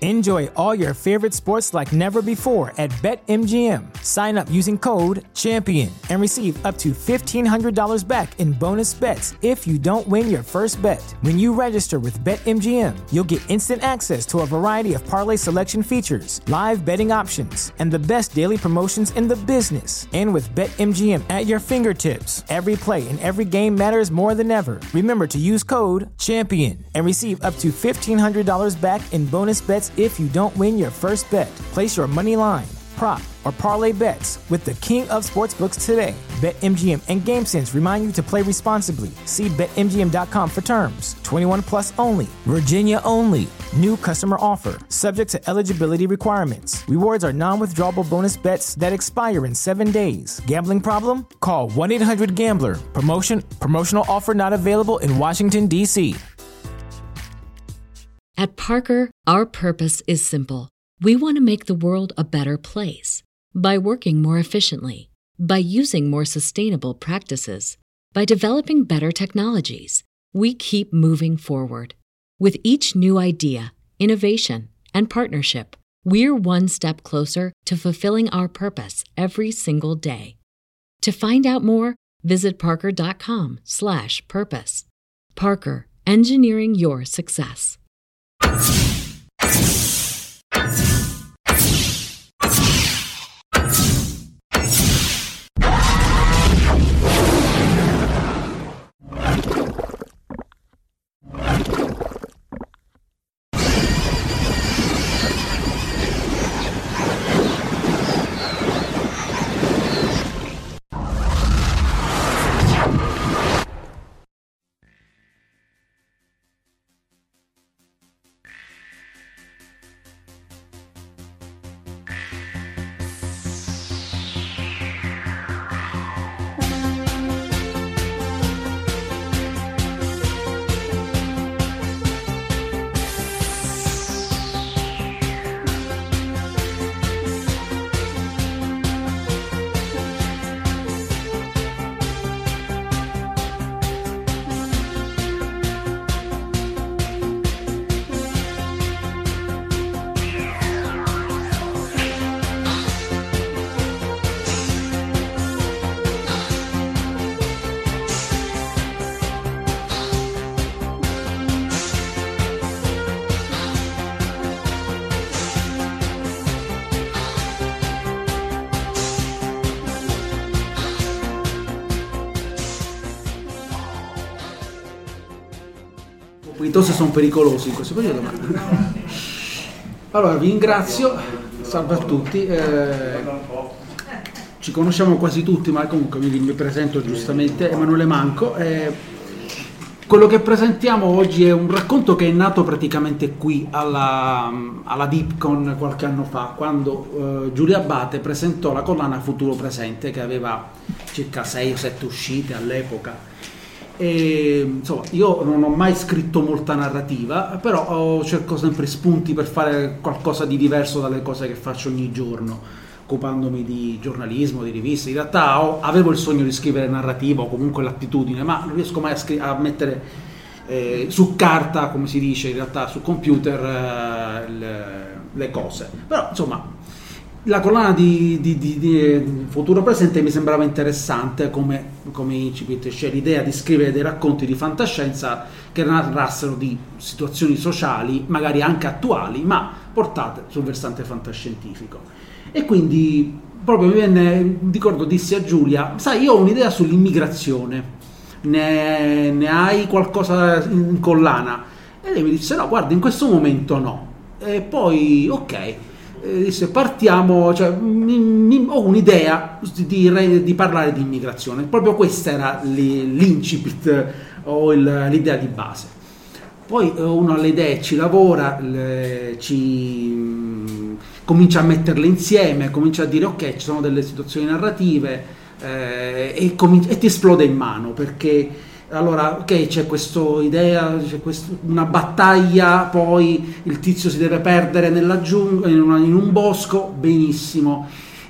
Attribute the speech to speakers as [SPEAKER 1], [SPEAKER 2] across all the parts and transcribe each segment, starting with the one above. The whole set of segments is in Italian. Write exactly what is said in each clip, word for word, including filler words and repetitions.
[SPEAKER 1] Enjoy all your favorite sports like never before at BetMGM. Sign up using code CHAMPION and receive up to fifteen hundred dollars back in bonus bets if you don't win your first bet. When you register with BetMGM, you'll get instant access to a variety of parlay selection features, live betting options, and the best daily promotions in the business. And with BetMGM at your fingertips, every play and every game matters more than ever. Remember to use code CHAMPION and receive up to fifteen hundred dollars back in bonus bets if you don't win your first bet. Place your money line, prop, or parlay bets with the king of sportsbooks today. BetMGM and GameSense remind you to play responsibly. See Bet M G M dot com for terms. twenty-one plus only. Virginia only. New customer offer. Subject to eligibility requirements. Rewards are non-withdrawable bonus bets that expire in seven days. Gambling problem? Call one eight hundred gambler. Promotion. Promotional offer not available in Washington, D C
[SPEAKER 2] At Parker, our purpose is simple. We want to make the world a better place by working more efficiently, by using more sustainable practices, by developing better technologies. We keep moving forward. With each new idea, innovation, and partnership, we're one step closer to fulfilling our purpose every single day. To find out more, visit parker.com slash purpose. Parker, engineering your success.
[SPEAKER 3] I tosi sono pericolosi in questo periodo. Ma... Allora, vi ringrazio, salve a tutti. Eh, ci conosciamo quasi tutti, ma comunque mi, mi presento giustamente, Emanuele Manco. Eh, quello che presentiamo oggi è un racconto che è nato praticamente qui alla, alla DeepCon qualche anno fa, quando eh, Giulia Abate presentò la collana Futuro Presente, che aveva circa sei o sette uscite all'epoca. E, insomma, io non ho mai scritto molta narrativa, però ho, cerco sempre spunti per fare qualcosa di diverso dalle cose che faccio ogni giorno, occupandomi di giornalismo, di riviste. In realtà ho, avevo il sogno di scrivere narrativa o comunque l'attitudine, ma non riesco mai a, scri- a mettere eh, su carta, come si dice in realtà su computer, eh, le, le cose. Però insomma la collana di, di, di, di Futuro Presente mi sembrava interessante come, come incipit, cioè l'idea di scrivere dei racconti di fantascienza che narrassero di situazioni sociali, magari anche attuali, ma portate sul versante fantascientifico. E quindi proprio mi venne, ricordo, dissi a Giulia: sai, io ho un'idea sull'immigrazione, ne, ne hai qualcosa in collana? E lei mi disse: no, guarda, in questo momento no. E poi ok, disse partiamo, cioè, mi, mi, ho un'idea di, di parlare di immigrazione. Proprio questa era l'incipit o il, l'idea di base. Poi uno alle idee ci lavora, le, ci mh, comincia a metterle insieme, comincia a dire ok, ci sono delle situazioni narrative eh, e, comin- e ti esplode in mano, perché allora ok, c'è questa idea, c'è quest- una battaglia, poi il tizio si deve perdere nella giungla, in, una, in un bosco, benissimo,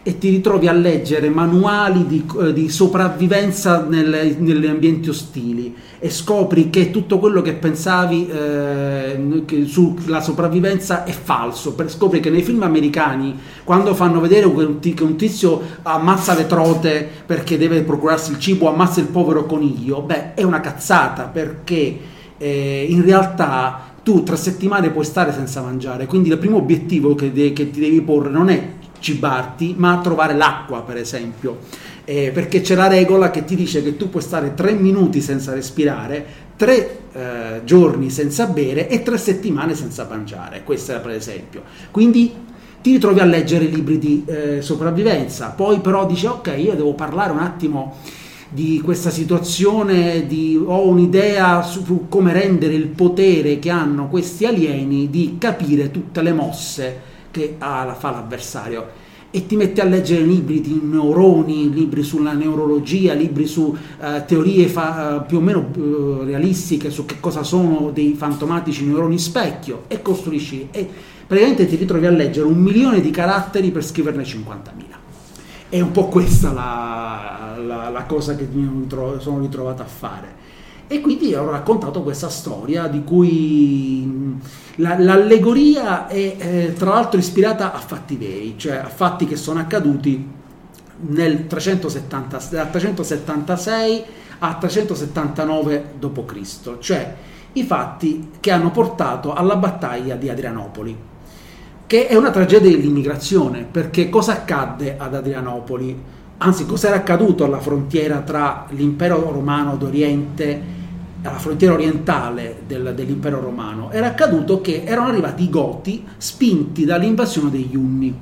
[SPEAKER 3] e ti ritrovi a leggere manuali di, di sopravvivenza nelle, negli ambienti ostili e scopri che tutto quello che pensavi eh, che sulla sopravvivenza è falso. Per, scopri che nei film americani, quando fanno vedere che un, che un tizio ammazza le trote perché deve procurarsi il cibo, ammazza il povero coniglio, beh, è una cazzata, perché eh, in realtà tu tre settimane puoi stare senza mangiare, quindi il primo obiettivo che, de- che ti devi porre non è cibarti, ma trovare l'acqua, per esempio, eh, perché c'è la regola che ti dice che tu puoi stare tre minuti senza respirare, tre eh, giorni senza bere e tre settimane senza mangiare. Questo è per esempio. Quindi ti ritrovi a leggere libri di eh, sopravvivenza, poi però dici ok, io devo parlare un attimo di questa situazione, di, ho un'idea su come rendere il potere che hanno questi alieni di capire tutte le mosse che ha, fa l'avversario, e ti metti a leggere libri di neuroni, libri sulla neurologia, libri su eh, teorie fa, più o meno eh, realistiche su che cosa sono dei fantomatici neuroni specchio, e costruisci, e praticamente ti ritrovi a leggere un milione di caratteri per scriverne cinquantamila. È un po' questa la, la, la cosa che mi sono ritrovato a fare. E quindi ho raccontato questa storia di cui la, l'allegoria è eh, tra l'altro ispirata a fatti veri, cioè a fatti che sono accaduti nel trecentosettanta, dal trecentosettantasei a trecentosettantanove dopo Cristo, cioè i fatti che hanno portato alla battaglia di Adrianopoli, che è una tragedia dell'immigrazione, perché cosa accadde ad Adrianopoli? Anzi, cosa era accaduto alla frontiera tra l'impero romano d'Oriente, alla frontiera orientale del, dell'impero romano? Era accaduto che erano arrivati i Goti spinti dall'invasione degli Unni.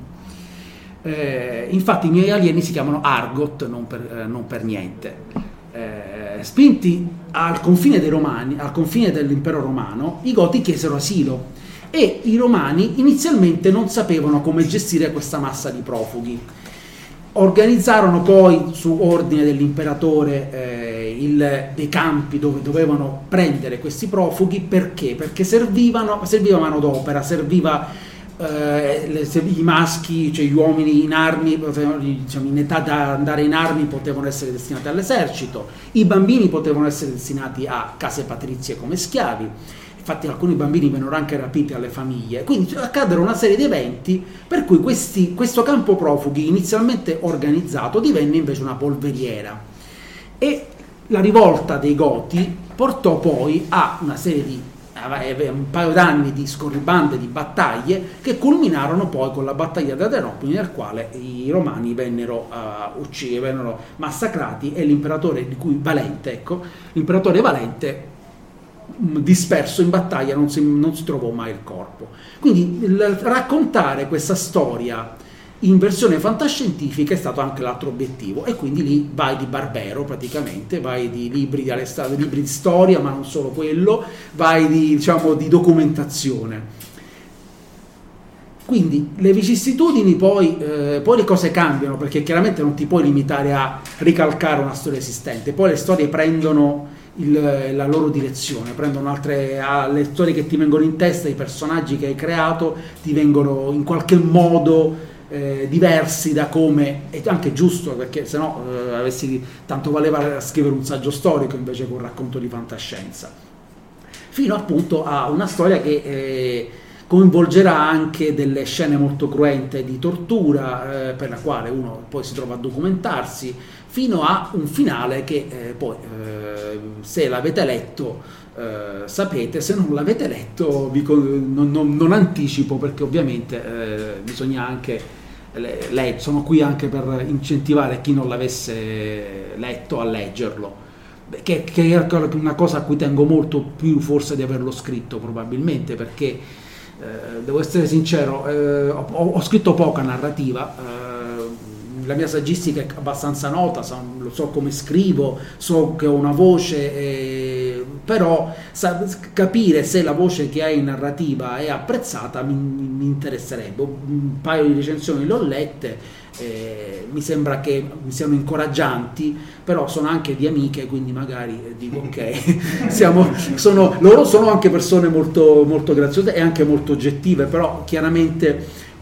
[SPEAKER 3] Eh, infatti i miei alieni si chiamano Argot, non per, eh, non per niente. Eh, spinti al confine dei Romani, al confine dell'impero romano, i Goti chiesero asilo e i Romani inizialmente non sapevano come gestire questa massa di profughi. Organizzarono poi, su ordine dell'imperatore, eh, il, dei campi dove dovevano prendere questi profughi. Perché? Perché servivano, serviva manodopera, serviva eh, le, i maschi, cioè gli uomini in armi, potevano, diciamo, in età da andare in armi, potevano essere destinati all'esercito, i bambini potevano essere destinati a case patrizie come schiavi. Infatti alcuni bambini vennero anche rapiti alle famiglie, quindi accaddero una serie di eventi per cui questi, questo campo profughi inizialmente organizzato divenne invece una polveriera, e la rivolta dei Goti portò poi a una serie di un paio d'anni di scorribande, di battaglie, che culminarono poi con la battaglia di Adrianopoli, nel quale i romani vennero uh, uccisi, vennero massacrati, e l'imperatore di cui Valente, ecco, l'imperatore Valente disperso in battaglia, non si, non si trovò mai il corpo. Quindi il, raccontare questa storia in versione fantascientifica è stato anche l'altro obiettivo, e quindi lì vai di Barbero praticamente, vai di libri di Alessandro, libri di storia, ma non solo quello, vai di, diciamo, di documentazione. Quindi le vicissitudini poi, eh, poi le cose cambiano, perché chiaramente non ti puoi limitare a ricalcare una storia esistente, poi le storie prendono Il, la loro direzione, prendono altre, le storie che ti vengono in testa, i personaggi che hai creato ti vengono in qualche modo eh, diversi da come, è anche giusto, perché se no eh, avessi, tanto valeva scrivere un saggio storico invece che un racconto di fantascienza, fino appunto a una storia che eh, coinvolgerà anche delle scene molto cruente di tortura, eh, per la quale uno poi si trova a documentarsi, fino a un finale che eh, poi, eh, se l'avete letto, eh, sapete, se non l'avete letto vi, non, non, non anticipo, perché ovviamente eh, bisogna anche, le, sono qui anche per incentivare chi non l'avesse letto a leggerlo, che, che è una cosa a cui tengo molto più forse di averlo scritto, probabilmente, perché eh, devo essere sincero, eh, ho, ho scritto poca narrativa, eh, la mia saggistica è abbastanza nota, so, so come scrivo, so che ho una voce, eh, però sa, capire se la voce che hai in narrativa è apprezzata mi, mi interesserebbe. Un paio di recensioni le ho lette, eh, mi sembra che mi siano incoraggianti, però sono anche di amiche, quindi magari dico ok, siamo, sono, loro sono anche persone molto, molto graziose e anche molto oggettive, però chiaramente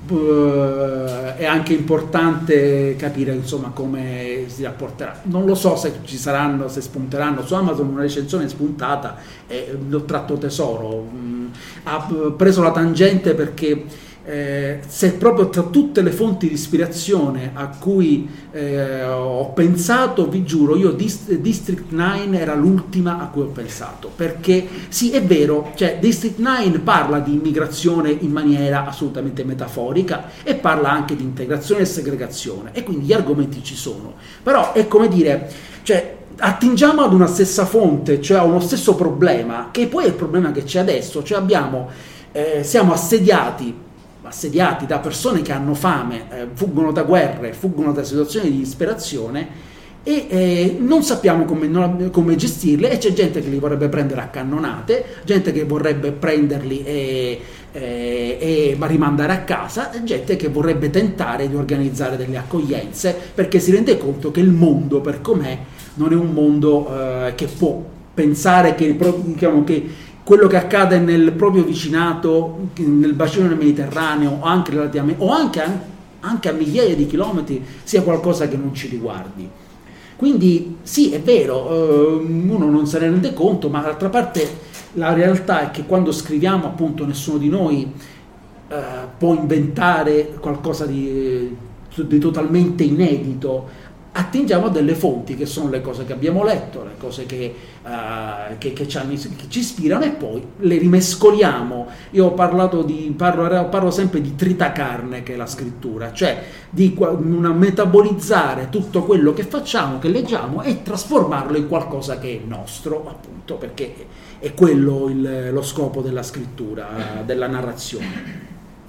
[SPEAKER 3] uh, è anche importante capire insomma come si rapporterà. Non lo so se ci saranno, se spunteranno su Amazon una recensione spuntata, e l'ho tratto tesoro. Mm, ha preso la tangente perché Eh, se proprio tra tutte le fonti di ispirazione a cui eh, ho pensato, vi giuro, io Dist- District nove era l'ultima a cui ho pensato, perché sì, è vero, cioè District nove parla di immigrazione in maniera assolutamente metaforica e parla anche di integrazione e segregazione, e quindi gli argomenti ci sono, però è come dire, cioè attingiamo ad una stessa fonte, cioè a uno stesso problema, che poi è il problema che c'è adesso, cioè abbiamo eh, siamo assediati assediati da persone che hanno fame, eh, fuggono da guerre, fuggono da situazioni di disperazione e eh, non sappiamo come, non, come gestirle, e c'è gente che li vorrebbe prendere a cannonate, gente che vorrebbe prenderli e, e, e rimandare a casa, e gente che vorrebbe tentare di organizzare delle accoglienze, perché si rende conto che il mondo per com'è non è un mondo eh, che può pensare che, diciamo, che quello che accade nel proprio vicinato, nel bacino del Mediterraneo o anche, o anche, anche a migliaia di chilometri, sia qualcosa che non ci riguardi. Quindi sì, è vero, uno non se ne rende conto, ma d'altra parte la realtà è che quando scriviamo, appunto, nessuno di noi eh, può inventare qualcosa di, di totalmente inedito. Attingiamo a delle fonti che sono le cose che abbiamo letto, le cose che, uh, che, che, ci, hanno, che ci ispirano, e poi le rimescoliamo. Io ho parlato di, parlo, parlo sempre di tritacarne, che è la scrittura, cioè di una metabolizzare tutto quello che facciamo, che leggiamo, e trasformarlo in qualcosa che è nostro, appunto, perché è quello il, lo scopo della scrittura, della narrazione.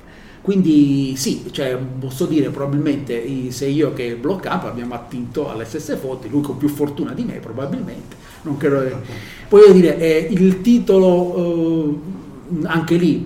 [SPEAKER 3] Quindi sì, cioè, posso dire, probabilmente se io che Bloccamp abbiamo attinto alle stesse fonti, lui con più fortuna di me probabilmente, non credo che... Voglio dire, eh, il titolo, eh, anche lì,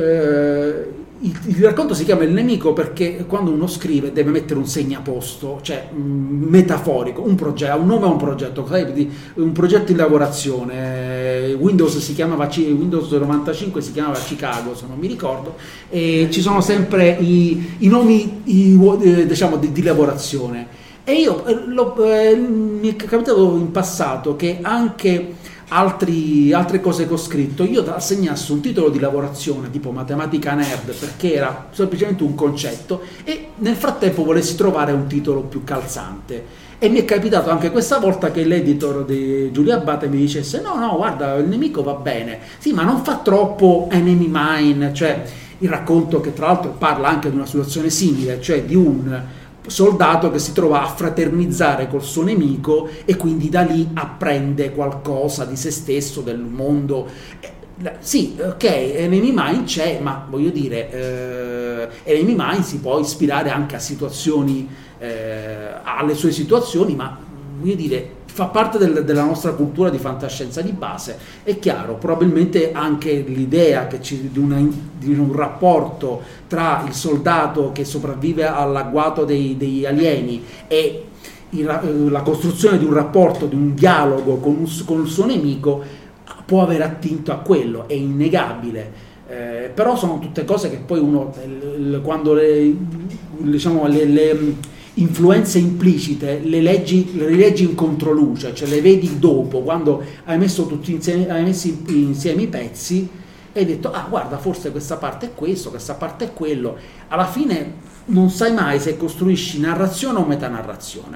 [SPEAKER 3] eh, il, il racconto si chiama Il nemico perché quando uno scrive deve mettere un segnaposto, cioè mh, metaforico, un progetto, un nome a un progetto, un progetto in lavorazione. Windows si chiamava Windows novantacinque si chiamava Chicago, se non mi ricordo, e ci sono sempre i, i nomi i, diciamo di, di lavorazione, e io lo, eh, mi è capitato in passato che anche Altri, altre cose che ho scritto io assegnassi un titolo di lavorazione tipo matematica nerd perché era semplicemente un concetto, e nel frattempo volessi trovare un titolo più calzante, e mi è capitato anche questa volta che l'editor di Giulia Abate mi dicesse no no guarda, Il nemico va bene, sì, ma non fa troppo enemy mine, cioè il racconto che tra l'altro parla anche di una situazione simile, cioè di un soldato che si trova a fraternizzare col suo nemico e quindi da lì apprende qualcosa di se stesso, del mondo. Eh, sì, ok, Enemy Mine c'è, ma voglio dire, eh, Enemy Mine si può ispirare anche a situazioni, eh, alle sue situazioni, ma voglio dire, fa parte del, della nostra cultura di fantascienza di base. È chiaro, probabilmente anche l'idea che ci, di, una, di un rapporto tra il soldato che sopravvive all'agguato dei, degli alieni e il, la costruzione di un rapporto, di un dialogo con, un, con il suo nemico può aver attinto a quello, è innegabile. Eh, però sono tutte cose che poi uno, quando le, diciamo, le, le influenze implicite le leggi, le leggi in controluce, cioè le vedi dopo, quando hai messo tutti insieme, hai messo insieme i pezzi e hai detto ah guarda, forse questa parte è questo, questa parte è quello. Alla fine non sai mai se costruisci narrazione o metanarrazione,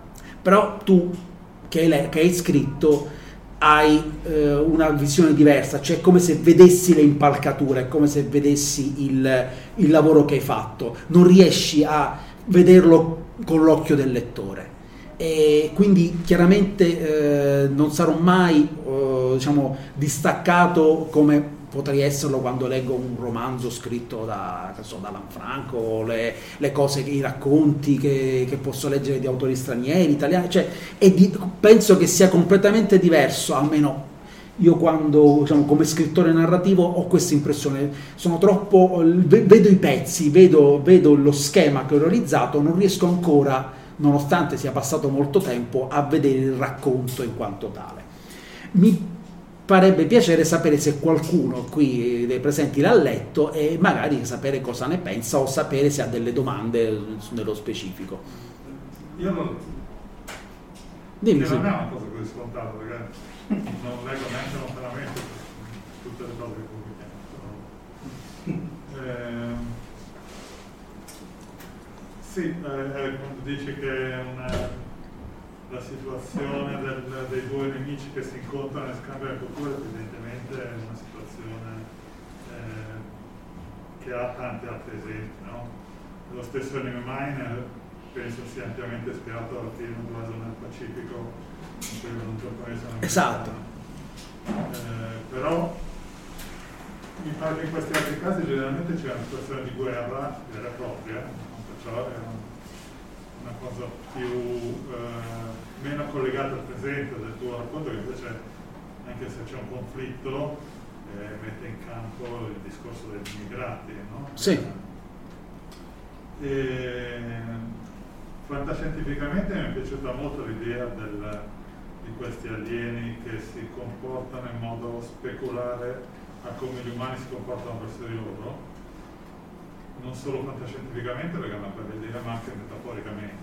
[SPEAKER 3] però tu che hai, che hai scritto hai eh, una visione diversa, cioè è come se vedessi le impalcature, è come se vedessi il, il lavoro che hai fatto, non riesci a vederlo con l'occhio del lettore, e quindi chiaramente eh, non sarò mai eh, diciamo distaccato come potrei esserlo quando leggo un romanzo scritto da, so, da Lanfranco, le, le cose, i racconti che, che posso leggere di autori stranieri, italiani, cioè, e di, penso che sia completamente diverso, almeno io quando, diciamo, come scrittore narrativo ho questa impressione, sono troppo, vedo i pezzi, vedo, vedo lo schema che ho realizzato, non riesco ancora, nonostante sia passato molto tempo, a vedere il racconto in quanto tale. Mi farebbe piacere sapere se qualcuno qui dei presenti l'ha letto e magari sapere cosa ne pensa o sapere se ha delle domande nello specifico.
[SPEAKER 4] Io non,
[SPEAKER 3] Dimmi,
[SPEAKER 4] che
[SPEAKER 3] sì.
[SPEAKER 4] non è una cosa così scontata, perché non leggo neanche lontanamente tutte le cose che pubblichiamo. Eh, sì, eh, quando dici che una, la situazione del, dei due nemici che si incontrano e scambiano culture evidentemente è una situazione eh, che ha tanti altri esempi, no? Lo stesso Enemy Mine penso sia ampiamente ispirato al film Invaso nel Pacifico, in cui un giapponese non
[SPEAKER 3] esatto.
[SPEAKER 4] eh, però mi pare che in questi altri casi generalmente c'è una situazione di guerra vera e propria, perciò è un, una cosa più eh, meno collegata al presente del tuo racconto, che invece anche se c'è un conflitto eh, mette in campo il discorso degli immigrati, no?
[SPEAKER 3] Sì.
[SPEAKER 4] E, fantascientificamente mi è piaciuta molto l'idea del, di questi alieni che si comportano in modo speculare a come gli umani si comportano verso di loro, non solo fantascientificamente perché è una bella idea, ma anche metaforicamente.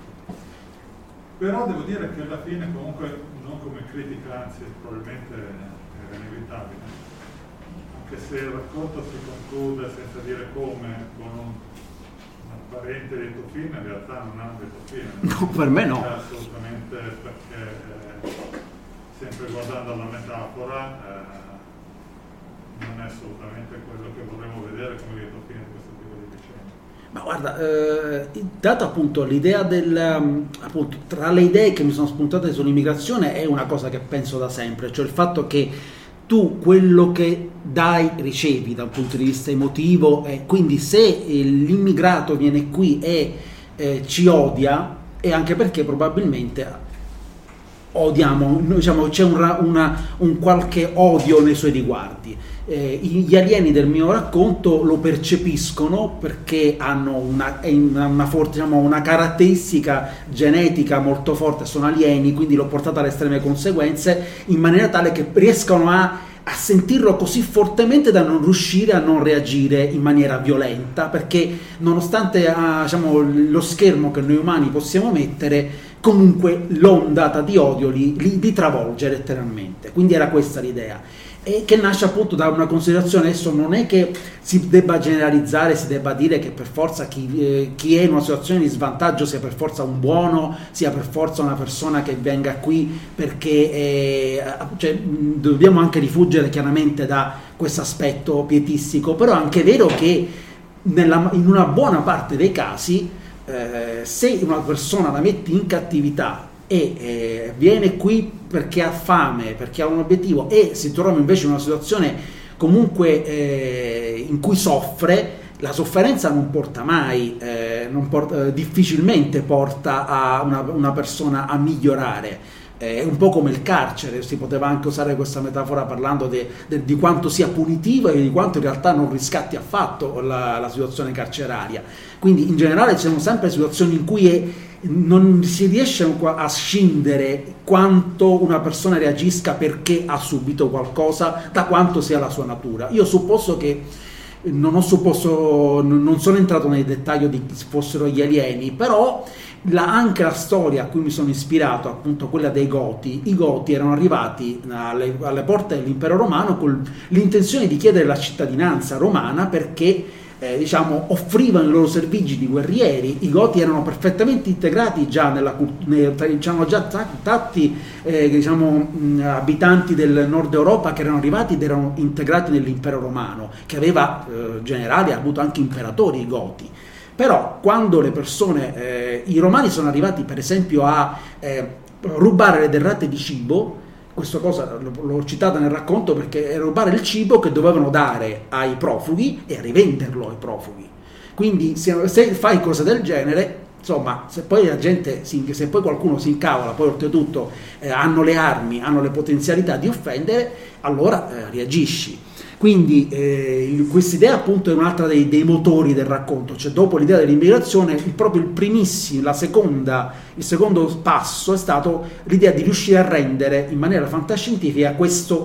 [SPEAKER 4] Però devo dire che alla fine comunque, non come critica, anzi probabilmente era inevitabile, anche se il racconto si conclude senza dire come, con un, un apparente lieto fine, in realtà non ha un lieto fine.
[SPEAKER 3] No, per me no.
[SPEAKER 4] Assolutamente, perché eh, sempre guardando alla metafora eh, non è assolutamente quello che vorremmo vedere come lieto fine di questo tipo di vicenda.
[SPEAKER 3] Ma guarda, eh, dato appunto l'idea del, um, appunto, tra le idee che mi sono spuntate sull'immigrazione è una cosa che penso da sempre, cioè il fatto che tu quello che dai ricevi da un punto di vista emotivo, e quindi se l'immigrato viene qui e eh, ci odia è anche perché probabilmente odiamo, diciamo, c'è un, una, un qualche odio nei suoi riguardi. Eh, gli alieni del mio racconto lo percepiscono perché hanno una, una, una, forte, diciamo, una caratteristica genetica molto forte, sono alieni, quindi l'ho portata alle estreme conseguenze in maniera tale che riescano a, a sentirlo così fortemente da non riuscire a non reagire in maniera violenta, perché nonostante ah, diciamo, lo schermo che noi umani possiamo mettere, comunque l'ondata di odio li, li, li travolge letteralmente. Quindi era questa l'idea, e che nasce appunto da una considerazione. Adesso non è che si debba generalizzare, si debba dire che per forza chi, eh, chi è in una situazione di svantaggio sia per forza un buono, sia per forza una persona che venga qui perché eh, cioè, dobbiamo anche rifuggire chiaramente da questo aspetto pietistico, però è anche vero che nella, in una buona parte dei casi eh, se una persona la metti in cattività e eh, viene qui perché ha fame, perché ha un obiettivo, e si trova invece in una situazione comunque eh, in cui soffre, la sofferenza non porta mai, eh, non porta, eh, difficilmente porta a una, una persona a migliorare. È un po' come il carcere, si poteva anche usare questa metafora parlando de, de, di quanto sia punitivo e di quanto in realtà non riscatti affatto la, la situazione carceraria. Quindi in generale ci sono sempre situazioni in cui è, non si riesce a scindere quanto una persona reagisca perché ha subito qualcosa da quanto sia la sua natura. Io supposto che non ho supposto, non sono entrato nei dettagli di chi fossero gli alieni, però la, anche la storia a cui mi sono ispirato, appunto quella dei Goti, i Goti erano arrivati alle, alle porte dell'impero romano con l'intenzione di chiedere la cittadinanza romana perché eh, diciamo offrivano i loro servigi di guerrieri. I Goti erano perfettamente integrati già nella cultura, c'erano già tanti eh, diciamo, mh, abitanti del nord Europa che erano arrivati ed erano integrati nell'impero romano, che aveva eh, generali, ha avuto anche imperatori i Goti. Però quando le persone, eh, i romani sono arrivati per esempio a eh, rubare le derrate di cibo, questa cosa l'ho citata nel racconto perché rubare il cibo che dovevano dare ai profughi e rivenderlo ai profughi. Quindi se, se fai cose del genere, insomma, se poi la gente, si, se poi qualcuno si incavola, poi oltretutto eh, hanno le armi, hanno le potenzialità di offendere, allora eh, reagisci. Quindi eh, questa idea appunto è un'altra dei, dei motori del racconto, cioè dopo l'idea dell'immigrazione, il, proprio il primissimo, la seconda, il secondo passo è stato l'idea di riuscire a rendere in maniera fantascientifica questo,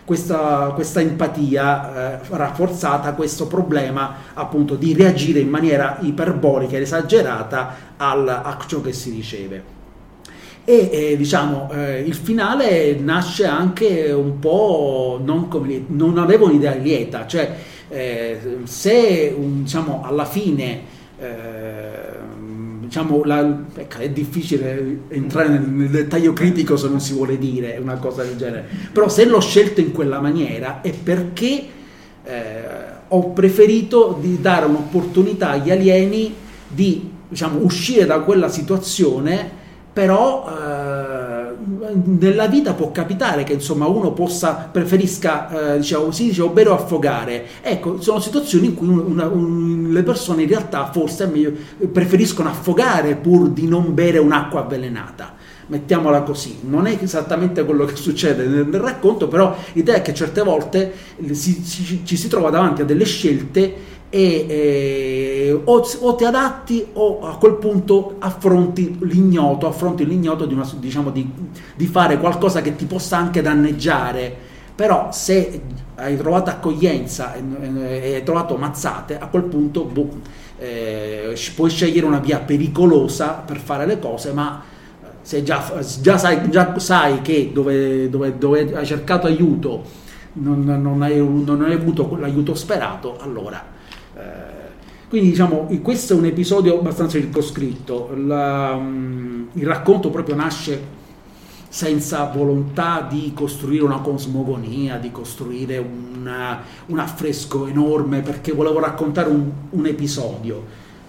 [SPEAKER 3] questa, questa empatia eh, rafforzata, questo problema appunto di reagire in maniera iperbolica ed esagerata al, a ciò che si riceve. E eh, diciamo eh, il finale nasce anche un po' non come non avevo un'idea lieta, cioè eh, se un, diciamo alla fine eh, diciamo la, ecco, è difficile entrare nel, nel dettaglio critico se non si vuole dire una cosa del genere, però se l'ho scelto in quella maniera è perché eh, ho preferito di dare un'opportunità agli alieni di, diciamo, uscire da quella situazione. Però eh, nella vita può capitare che insomma uno possa preferisca eh, diciamo, si dice ovvero affogare. Ecco, sono situazioni in cui una, un, le persone in realtà forse è meglio, preferiscono affogare pur di non bere un'acqua avvelenata. Mettiamola così, non è esattamente quello che succede nel, nel racconto, però l'idea è che certe volte si, si, ci si trova davanti a delle scelte e eh, o, o ti adatti o a quel punto affronti l'ignoto, affronti l'ignoto di, una, diciamo, di, di fare qualcosa che ti possa anche danneggiare, però se hai trovato accoglienza e, e hai trovato mazzate, a quel punto boh, eh, puoi scegliere una via pericolosa per fare le cose, ma se già, già, sai, già sai che dove, dove, dove hai cercato aiuto non, non, hai, non hai avuto l'aiuto sperato, allora quindi diciamo questo è un episodio abbastanza circoscritto. La, um, il racconto proprio nasce senza volontà di costruire una cosmogonia, di costruire una, un affresco enorme, perché volevo raccontare un, un episodio.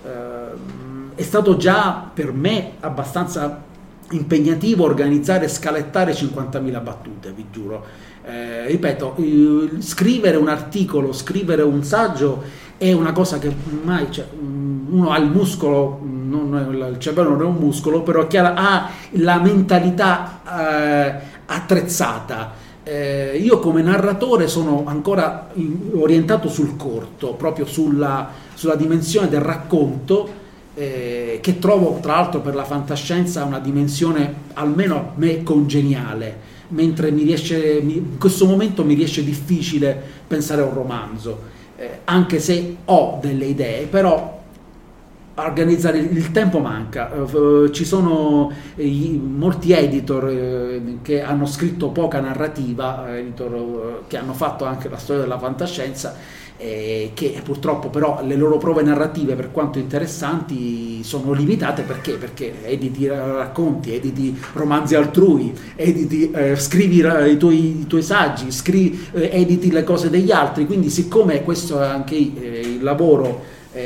[SPEAKER 3] Uh, è stato già per me abbastanza impegnativo organizzare e scalettare cinquantamila battute, vi giuro. Eh, ripeto, eh, scrivere un articolo, scrivere un saggio è una cosa che ormai, cioè, uno ha il muscolo, non è, il cervello non è un muscolo, però chiaro, ha la mentalità eh, attrezzata. Eh, io come narratore sono ancora orientato sul corto, proprio sulla, sulla dimensione del racconto, eh, che trovo tra l'altro per la fantascienza una dimensione almeno a me congeniale, mentre mi riesce, in questo momento mi riesce difficile pensare a un romanzo. Eh, anche se ho delle idee, però organizzare il tempo manca. Uh, ci sono eh, molti editor eh, che hanno scritto poca narrativa, editor uh, che hanno fatto anche la storia della fantascienza, eh, che purtroppo però le loro prove narrative, per quanto interessanti, sono limitate. Perché? Perché editi racconti, editi romanzi altrui, editi, eh, scrivi i tuoi, i tuoi saggi, scrivi, eh, editi le cose degli altri, quindi siccome questo è anche eh, il lavoro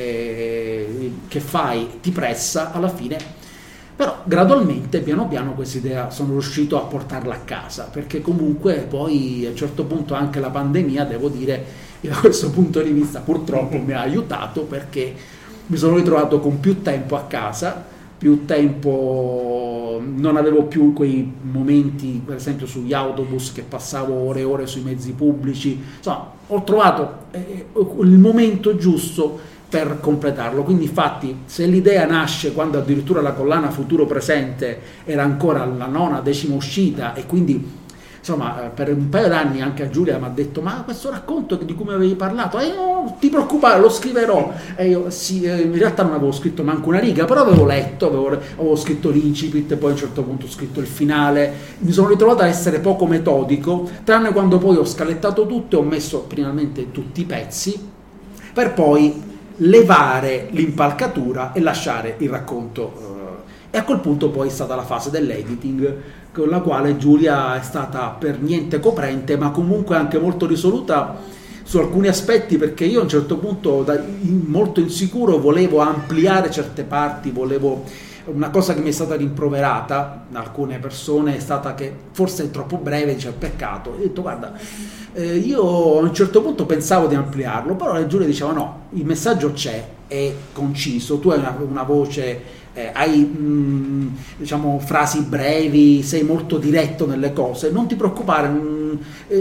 [SPEAKER 3] eh, che fai ti pressa, alla fine però gradualmente, piano piano, questa idea sono riuscito a portarla a casa, perché comunque poi a un certo punto anche la pandemia, devo dire, da questo punto di vista purtroppo mi ha aiutato, perché mi sono ritrovato con più tempo a casa, più tempo, non avevo più quei momenti, per esempio sugli autobus, che passavo ore e ore sui mezzi pubblici. Insomma, ho trovato eh, il momento giusto per completarlo. Quindi infatti, se l'idea nasce quando addirittura la collana Futuro Presente era ancora la nona, decima uscita, e quindi insomma per un paio d'anni anche a Giulia mi ha detto: ma questo racconto di cui mi avevi parlato, eh, no, ti preoccupare, lo scriverò. E io sì, in realtà non avevo scritto manco una riga, però avevo letto, avevo, avevo scritto l'incipit, poi a un certo punto ho scritto il finale. Mi sono ritrovato a essere poco metodico, tranne quando poi ho scalettato tutto e ho messo primeramente tutti i pezzi, per poi levare l'impalcatura e lasciare il racconto. E a quel punto poi è stata la fase dell'editing, con la quale Giulia è stata per niente coprente, ma comunque anche molto risoluta su alcuni aspetti, perché io a un certo punto, da, in, molto insicuro, volevo ampliare certe parti, volevo... Una cosa che mi è stata rimproverata da alcune persone è stata che forse è troppo breve, dice peccato. Ho detto: guarda, eh, io a un certo punto pensavo di ampliarlo, però la Giulia diceva: no, il messaggio c'è, è conciso, tu hai una, una voce, eh, hai mh, diciamo frasi brevi, sei molto diretto nelle cose, non ti preoccupare, mh, eh,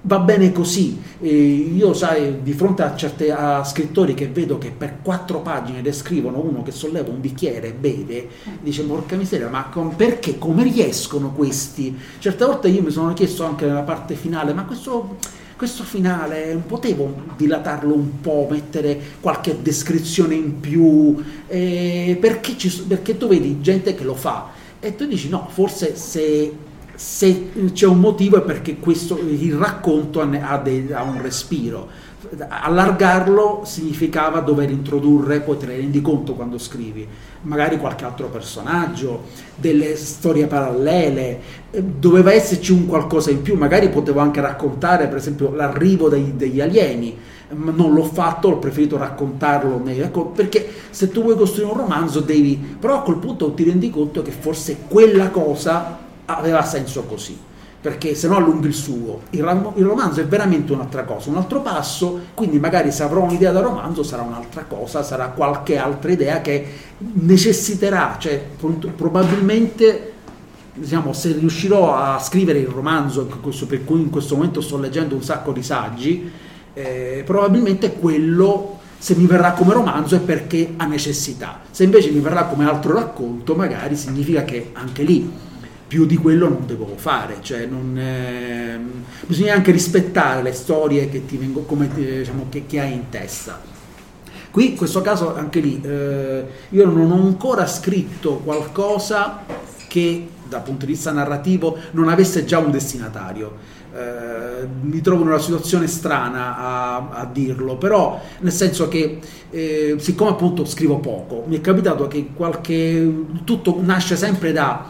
[SPEAKER 3] va bene così. E io, sai, di fronte a certi a scrittori che vedo che per quattro pagine descrivono uno che solleva un bicchiere e beve, dice porca miseria, ma con, perché, come riescono questi? Certe volte io mi sono chiesto anche nella parte finale, ma questo, questo finale non potevo dilatarlo un po', mettere qualche descrizione in più, eh, perché, ci, perché tu vedi gente che lo fa e tu dici no, forse se se c'è un motivo è perché questo, il racconto ha, dei, ha un respiro. Allargarlo significava dover introdurre, poi te ne rendi conto quando scrivi, magari qualche altro personaggio, delle storie parallele, doveva esserci un qualcosa in più, magari potevo anche raccontare per esempio l'arrivo dei, degli alieni, ma non l'ho fatto, ho preferito raccontarlo, perché se tu vuoi costruire un romanzo devi, però a quel punto ti rendi conto che forse quella cosa aveva senso così, perché se no allunghi il suo. Il, ram- il romanzo è veramente un'altra cosa, un altro passo, quindi magari se avrò un'idea da romanzo sarà un'altra cosa, sarà qualche altra idea che necessiterà, cioè probabilmente, diciamo, se riuscirò a scrivere il romanzo per cui in questo momento sto leggendo un sacco di saggi, eh, probabilmente quello, se mi verrà come romanzo, è perché ha necessità. Se invece mi verrà come altro racconto, magari significa che anche lì più di quello non devo fare, cioè non, eh, bisogna anche rispettare le storie che ti vengono, come diciamo, che, che hai in testa. Qui in questo caso anche lì eh, io non ho ancora scritto qualcosa che dal punto di vista narrativo non avesse già un destinatario. Eh, mi trovo in una situazione strana a, a dirlo, però nel senso che eh, siccome appunto scrivo poco, mi è capitato che qualche tutto nasce sempre da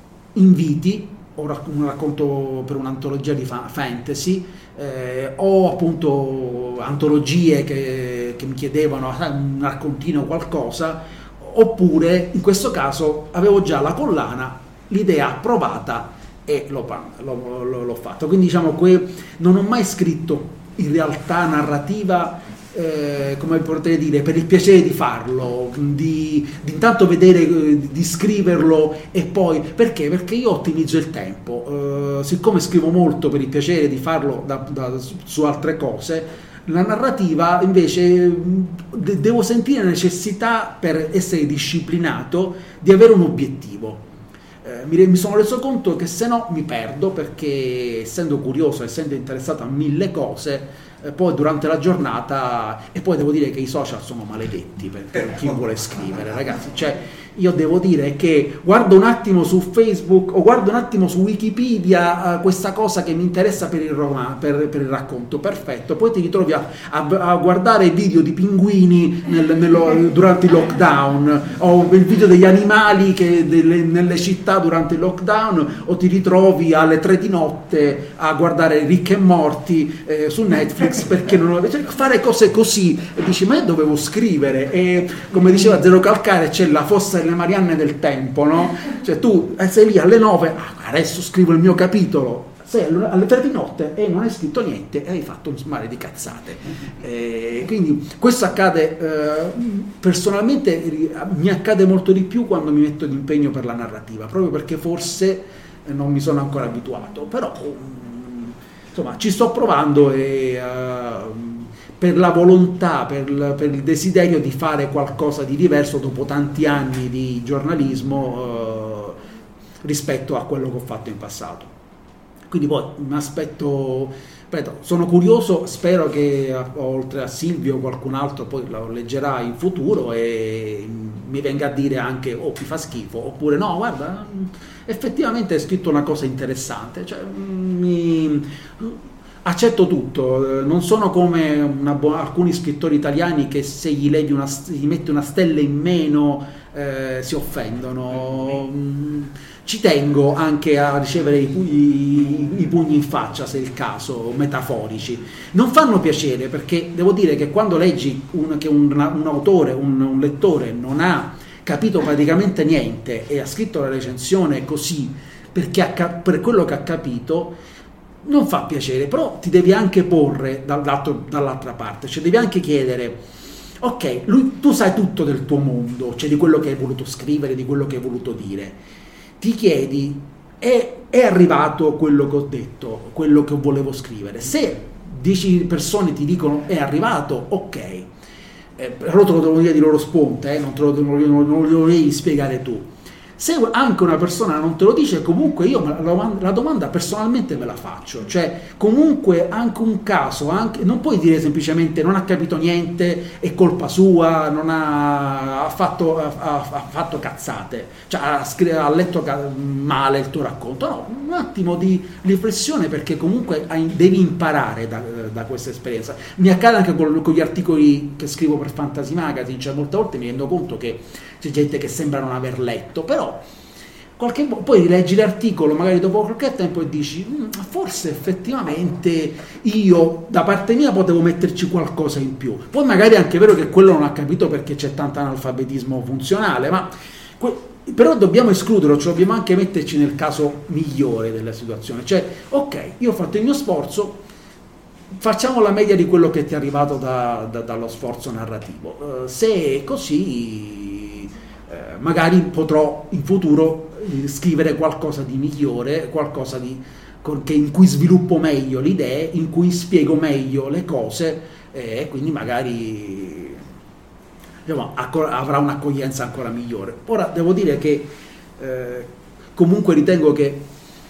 [SPEAKER 3] inviti, o un racconto per un'antologia di fa- fantasy, eh, o appunto antologie che, che mi chiedevano un raccontino o qualcosa, oppure in questo caso avevo già la collana, l'idea approvata e l'ho, l'ho, l'ho, l'ho fatto. Quindi diciamo che non ho mai scritto in realtà narrativa, Eh, come potrei dire, per il piacere di farlo, di, di intanto vedere, di, di scriverlo e poi, perché? Perché io ottimizzo il tempo, eh, siccome scrivo molto per il piacere di farlo da, da, su altre cose, la narrativa invece de- devo sentire la necessità, per essere disciplinato, di avere un obiettivo. Eh, mi, mi sono reso conto che se no mi perdo, perché essendo curioso, essendo interessato a mille cose, eh, poi durante la giornata, e poi devo dire che i social sono maledetti per, per chi vuole scrivere, ragazzi, cioè io devo dire che guardo un attimo su Facebook o guardo un attimo su Wikipedia uh, questa cosa che mi interessa per il, rom- per, per il racconto, perfetto, poi ti ritrovi a, a, a guardare video di pinguini nel, nello, durante il lockdown, o il video degli animali che delle, nelle città durante il lockdown, o ti ritrovi alle tre di notte a guardare Rick e Morty eh, su Netflix, perché non cioè, fare cose così, e dici ma io dovevo scrivere, e come diceva Zero Calcare c'è la fossa le Marianne del tempo, no? Cioè tu sei lì alle nove, ah, adesso scrivo il mio capitolo, sei alle tre di notte e non hai scritto niente e hai fatto un mare di cazzate. Eh, quindi questo accade, eh, personalmente mi accade molto di più quando mi metto d'impegno per la narrativa, proprio perché forse non mi sono ancora abituato, però insomma ci sto provando e uh, per la volontà, per, per il desiderio di fare qualcosa di diverso dopo tanti anni di giornalismo eh, rispetto a quello che ho fatto in passato. Quindi poi mi aspetto, ripeto, sono curioso, spero che oltre a Silvio qualcun altro poi lo leggerà in futuro e mi venga a dire anche oh mi fa schifo, oppure no guarda effettivamente hai scritto una cosa interessante, cioè mi... accetto tutto, non sono come una bu- alcuni scrittori italiani che se gli levi una, gli metti una stella in meno eh, si offendono. Ci tengo anche a ricevere i, pu- i, i pugni in faccia, se è il caso, metaforici. Non fanno piacere, perché devo dire che quando leggi un, che un, un autore, un, un lettore non ha capito praticamente niente e ha scritto la recensione così perché ha cap- per quello che ha capito, non fa piacere, però ti devi anche porre dall'altra parte, cioè devi anche chiedere ok, lui, tu sai tutto del tuo mondo, cioè di quello che hai voluto scrivere, di quello che hai voluto dire, ti chiedi e è arrivato quello che ho detto, quello che volevo scrivere. Se dieci persone ti dicono è arrivato, ok, eh, però te lo devo dire di loro sponte, eh, non, te lo, non, non, non lo devi spiegare tu. Se anche una persona non te lo dice, comunque io la domanda, la domanda personalmente me la faccio, cioè comunque anche un caso, anche, non puoi dire semplicemente non ha capito niente, è colpa sua, non ha, ha, fatto, ha, ha fatto cazzate, cioè ha, ha letto male il tuo racconto, no, un attimo di riflessione, perché comunque hai, devi imparare da, da questa esperienza. Mi accade anche con, con gli articoli che scrivo per Fantasy Magazine, cioè molte volte mi rendo conto che c'è gente che sembra non aver letto, però qualche poi rileggi l'articolo magari dopo qualche tempo e dici forse effettivamente io da parte mia potevo metterci qualcosa in più. Poi magari è anche vero che quello non ha capito perché c'è tanto analfabetismo funzionale, ma que- però dobbiamo escluderlo, cioè dobbiamo anche metterci nel caso migliore della situazione, cioè ok, io ho fatto il mio sforzo, facciamo la media di quello che ti è arrivato da, da, dallo sforzo narrativo, uh, se è così Eh, magari potrò in futuro eh, scrivere qualcosa di migliore, qualcosa di, con, che, in cui sviluppo meglio le idee, in cui spiego meglio le cose e eh, quindi magari diciamo, accor- avrà un'accoglienza ancora migliore. Ora devo dire che eh, comunque ritengo che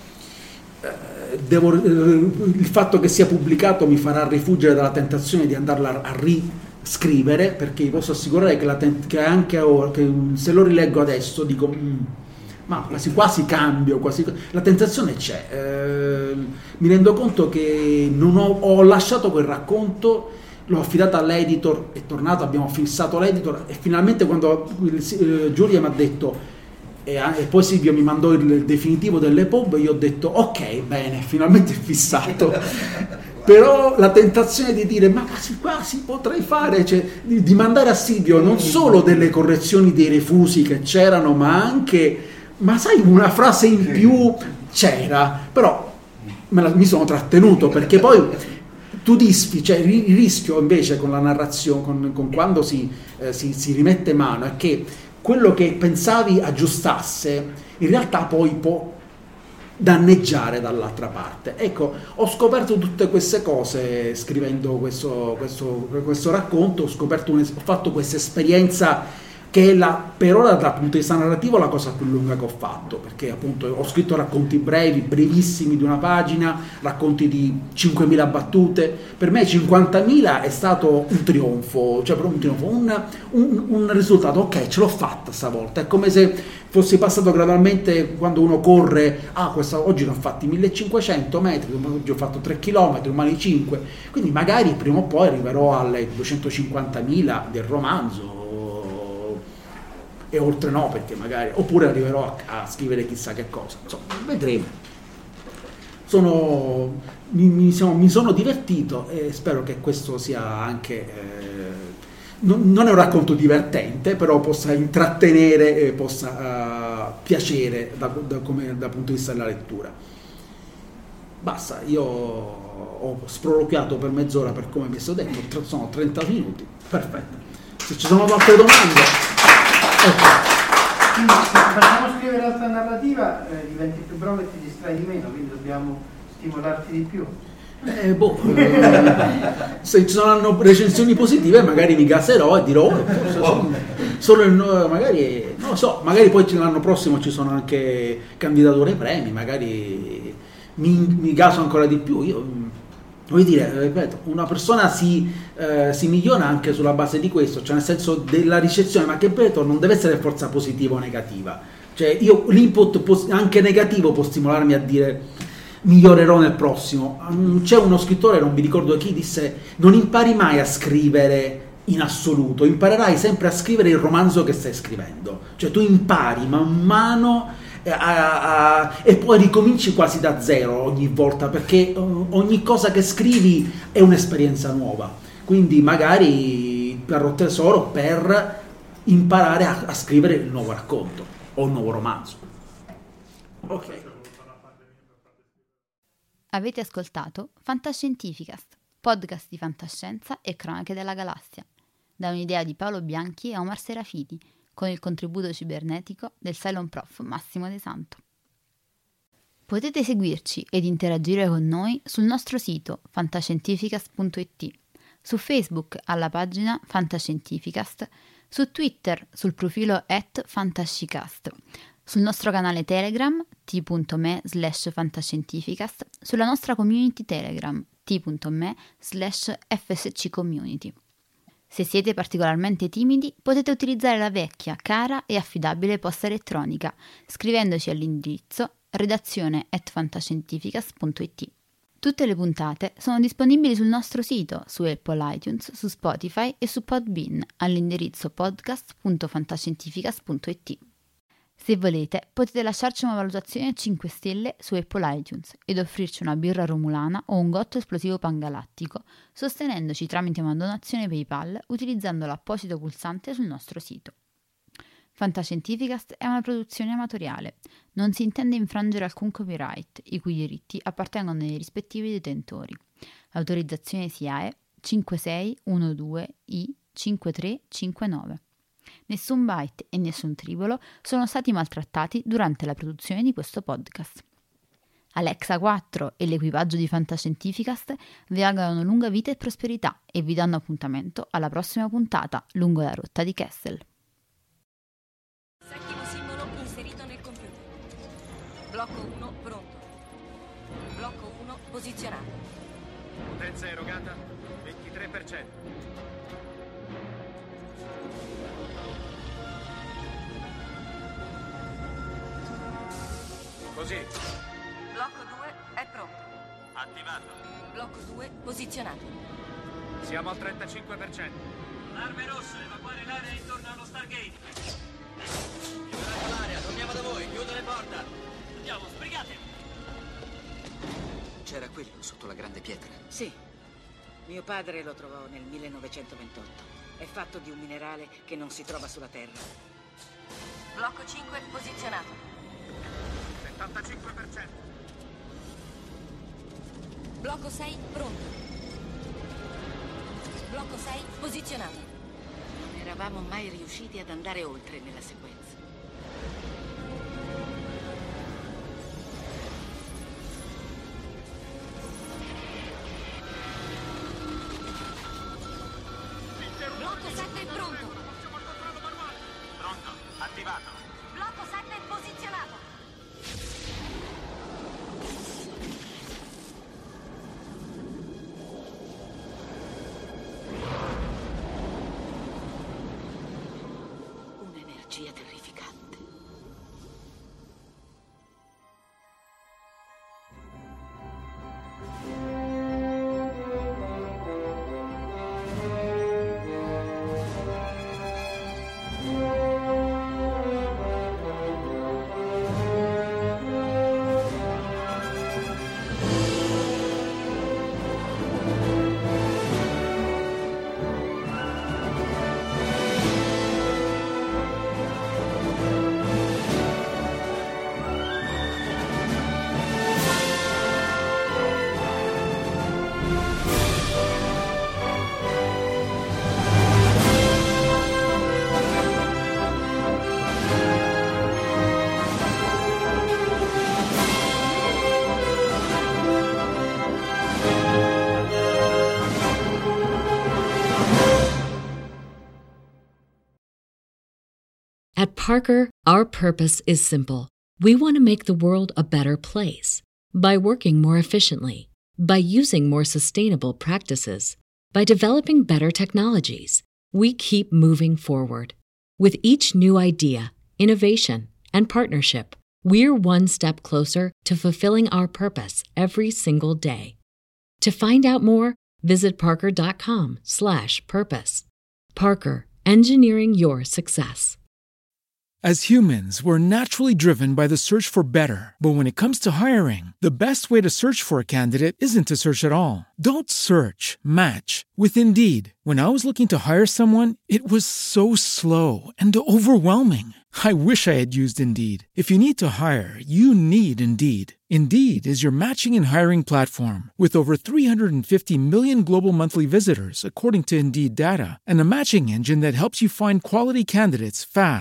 [SPEAKER 3] eh, devo, eh, il fatto che sia pubblicato mi farà rifuggire dalla tentazione di andarla a ri scrivere, perché vi posso assicurare che, la tent- che anche ora, che se lo rileggo adesso dico mm, ma quasi quasi cambio, quasi la tentazione c'è, eh, mi rendo conto che non ho, ho lasciato quel racconto, l'ho affidato all'editor, è tornato, abbiamo fissato l'editor e finalmente quando eh, Giulia mi ha detto e, e poi Silvio mi mandò il, il definitivo delle pub, io ho detto ok, bene, finalmente è fissato. Però la tentazione di dire ma quasi quasi potrei fare, cioè di, di mandare a Silvio non solo delle correzioni dei refusi che c'erano, ma anche, ma sai, una frase in più c'era, però me la, mi sono trattenuto, perché poi tu disfi, cioè il rischio invece con la narrazione, con, con quando si, eh, si, si rimette mano, è che quello che pensavi aggiustasse in realtà poi può danneggiare dall'altra parte. Ecco, ho scoperto tutte queste cose scrivendo questo, questo, questo racconto, ho scoperto un, ho fatto questa esperienza che è la, per ora dal punto di vista narrativo la cosa più lunga che ho fatto, perché appunto ho scritto racconti brevi, brevissimi di una pagina, racconti di cinquemila battute, per me cinquantamila è stato un trionfo, cioè proprio un trionfo, un, un, un risultato, ok, ce l'ho fatta stavolta, è come se fossi passato gradualmente quando uno corre, ah questa, oggi ne ho fatti millecinquecento metri, oggi ho fatto tre chilometri, domani cinque, quindi magari prima o poi arriverò alle duecentocinquantamila del romanzo, e oltre no, perché magari oppure arriverò a, a scrivere chissà che cosa, insomma vedremo. Sono mi, mi, sono, mi sono divertito e spero che questo sia anche eh, non, non è un racconto divertente, però possa intrattenere e possa uh, piacere da, da, come, dal punto di vista della lettura. Basta, io ho sproloquiato per mezz'ora per come mi sono detto, sono trenta minuti, perfetto. Se ci sono altre domande.
[SPEAKER 5] Quindi se facciamo scrivere altra narrativa eh, diventi più bravo e ti distrai di meno, quindi dobbiamo stimolarti di più.
[SPEAKER 3] Eh, boh, eh, se ci saranno recensioni positive magari mi gaserò e dirò oh, forse sono, sono il, magari non lo so, magari poi l'anno prossimo ci sono anche candidature ai premi, magari mi, mi gaso ancora di più. Io voglio dire, ripeto, una persona si, eh, si migliora anche sulla base di questo, cioè nel senso della ricezione, ma che ripeto non deve essere forza positiva o negativa, cioè io l'input pos- anche negativo può stimolarmi a dire migliorerò nel prossimo. C'è uno scrittore, non mi ricordo chi, disse non impari mai a scrivere in assoluto, imparerai sempre a scrivere il romanzo che stai scrivendo, cioè tu impari man mano A, a, e poi ricominci quasi da zero ogni volta, perché ogni cosa che scrivi è un'esperienza nuova, quindi magari per tesoro per imparare a, a scrivere il nuovo racconto o il nuovo romanzo. Ok.
[SPEAKER 6] Avete ascoltato Fantascientificast, podcast di fantascienza e cronache della galassia, da un'idea di Paolo Bianchi e Omar Serafiti, con il contributo cibernetico del Cylon Prof Massimo De Santo. Potete seguirci ed interagire con noi sul nostro sito fantascientificast punto it, su Facebook alla pagina Fantascientificast, su Twitter sul profilo at fantascicast, sul nostro canale Telegram t.me slash fantascientificast, sulla nostra community Telegram t.me slash fsccommunity. Se siete particolarmente timidi, potete utilizzare la vecchia, cara e affidabile posta elettronica, scrivendoci all'indirizzo redazione at fantascientificast punto it. Tutte le puntate sono disponibili sul nostro sito, su Apple iTunes, su Spotify e su Podbean all'indirizzo podcast punto fantascientificast punto it. Se volete, potete lasciarci una valutazione a cinque stelle su Apple iTunes ed offrirci una birra romulana o un gotto esplosivo pangalattico, sostenendoci tramite una donazione PayPal utilizzando l'apposito pulsante sul nostro sito. Fantascientificast è una produzione amatoriale. Non si intende infrangere alcun copyright, i cui diritti appartengono ai rispettivi detentori. L'autorizzazione S I A E cinque sei uno due I cinque tre cinque nove. Nessun byte e nessun tribolo sono stati maltrattati durante la produzione di questo podcast. Alexa quattro e l'equipaggio di Fantascientificast vi augurano lunga vita e prosperità e vi danno appuntamento alla prossima puntata lungo la rotta di Kessel.
[SPEAKER 7] Settimo simbolo inserito nel computer. Blocco uno pronto. Blocco uno posizionato.
[SPEAKER 8] Potenza erogata ventitré per cento. Così.
[SPEAKER 7] Blocco due è pronto.
[SPEAKER 8] Attivato.
[SPEAKER 7] Blocco due posizionato.
[SPEAKER 8] Siamo al trentacinque per cento.
[SPEAKER 9] Arme rosse, evacuare l'area intorno allo Stargate.
[SPEAKER 10] Liberate l'area, torniamo da voi, chiudo le porte.
[SPEAKER 9] Andiamo, sbrigatevi.
[SPEAKER 10] C'era quello sotto la grande pietra.
[SPEAKER 11] Sì. Mio padre lo trovò nel millenovecentoventotto. È fatto di un minerale che non si trova sulla Terra.
[SPEAKER 7] Blocco cinque posizionato.
[SPEAKER 8] settantacinque per cento.
[SPEAKER 7] Blocco sei pronto. Blocco sei posizionato.
[SPEAKER 11] Non eravamo mai riusciti ad andare oltre nella sequenza.
[SPEAKER 7] Blocco sette pronto.
[SPEAKER 8] Pronto, attivato.
[SPEAKER 7] Blocco sette posizionato.
[SPEAKER 11] Un'energia terrificante.
[SPEAKER 2] At Parker, our purpose is simple. We want to make the world a better place by working more efficiently, by using more sustainable practices, by developing better technologies. We keep moving forward. With each new idea, innovation, and partnership, we're one step closer to fulfilling our purpose every single day. To find out more, visit parker.com slash purpose. Parker, engineering your success.
[SPEAKER 12] As humans, we're naturally driven by the search for better. But when it comes to hiring, the best way to search for a candidate isn't to search at all. Don't search, match with Indeed. When I was looking to hire someone, it was so slow and overwhelming. I wish I had used Indeed. If you need to hire, you need Indeed. Indeed is your matching and hiring platform with over three hundred fifty million global monthly visitors, according to Indeed data, and a matching engine that helps you find quality candidates fast.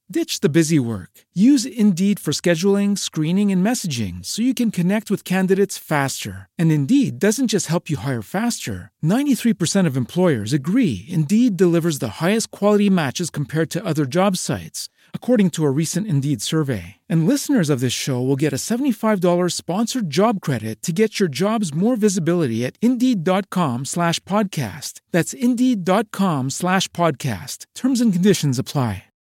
[SPEAKER 12] Ditch the busy work. Use Indeed for scheduling, screening, and messaging so you can connect with candidates faster. And Indeed doesn't just help you hire faster. ninety-three percent of employers agree Indeed delivers the highest quality matches compared to other job sites, according to a recent Indeed survey. And listeners of this show will get a seventy-five dollars sponsored job credit to get your jobs more visibility at Indeed.com slash podcast. That's Indeed.com slash podcast. Terms and conditions apply.